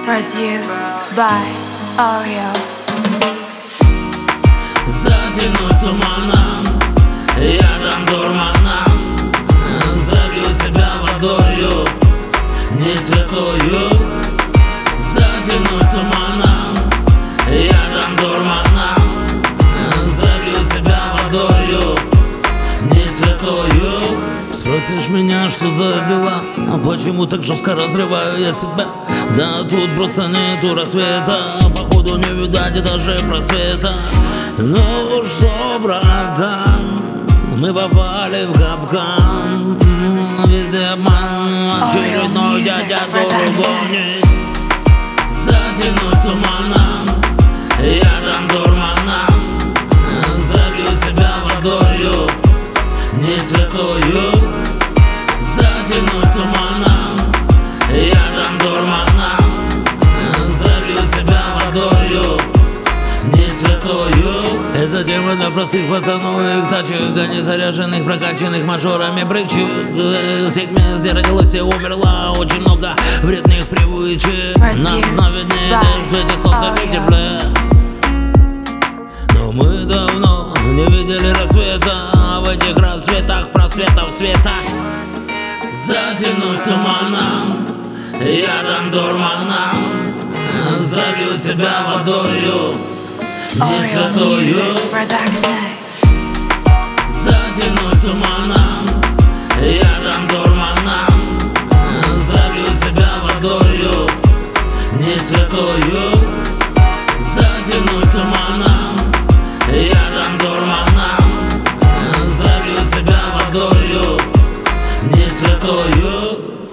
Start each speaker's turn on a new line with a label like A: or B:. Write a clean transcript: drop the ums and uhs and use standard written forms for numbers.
A: Produced by Oreo.
B: Затянусь туманом, ядом дурманом, залью себя водою, не святою. Затянусь туманом, ядом дурманом, залью себя водою, не святою. Спросишь меня, что за дела, а почему так жестко разрываю я себя? Да тут просто нету рассвета, походу не видать даже просвета. Ну что, братан, мы попали в капкан, везде обман, очередной дядя дорогу гонит. Затянусь туманом, ядом дурманом, залью себя водою, не святою. Затянусь туманом, ядом дурманом, залью себя водою, не святою. Это тема для простых пацанов и их тачек, а не заряженных, прокачанных мажорами брычек. Всех мест, где родилась и умерла, очень много вредных привычек. Нам снова виднее, где светит солнце и тепле. Но мы давно не видели рассвета, в этих рассветах просветов света. Затянусь туманом, ядом дурманом, залью себя водою, не святою. Затянусь туманом, ядом дурманом, залью себя водою, не святою. Затянусь туманом, ядом дурманом, залью себя водою, не святою.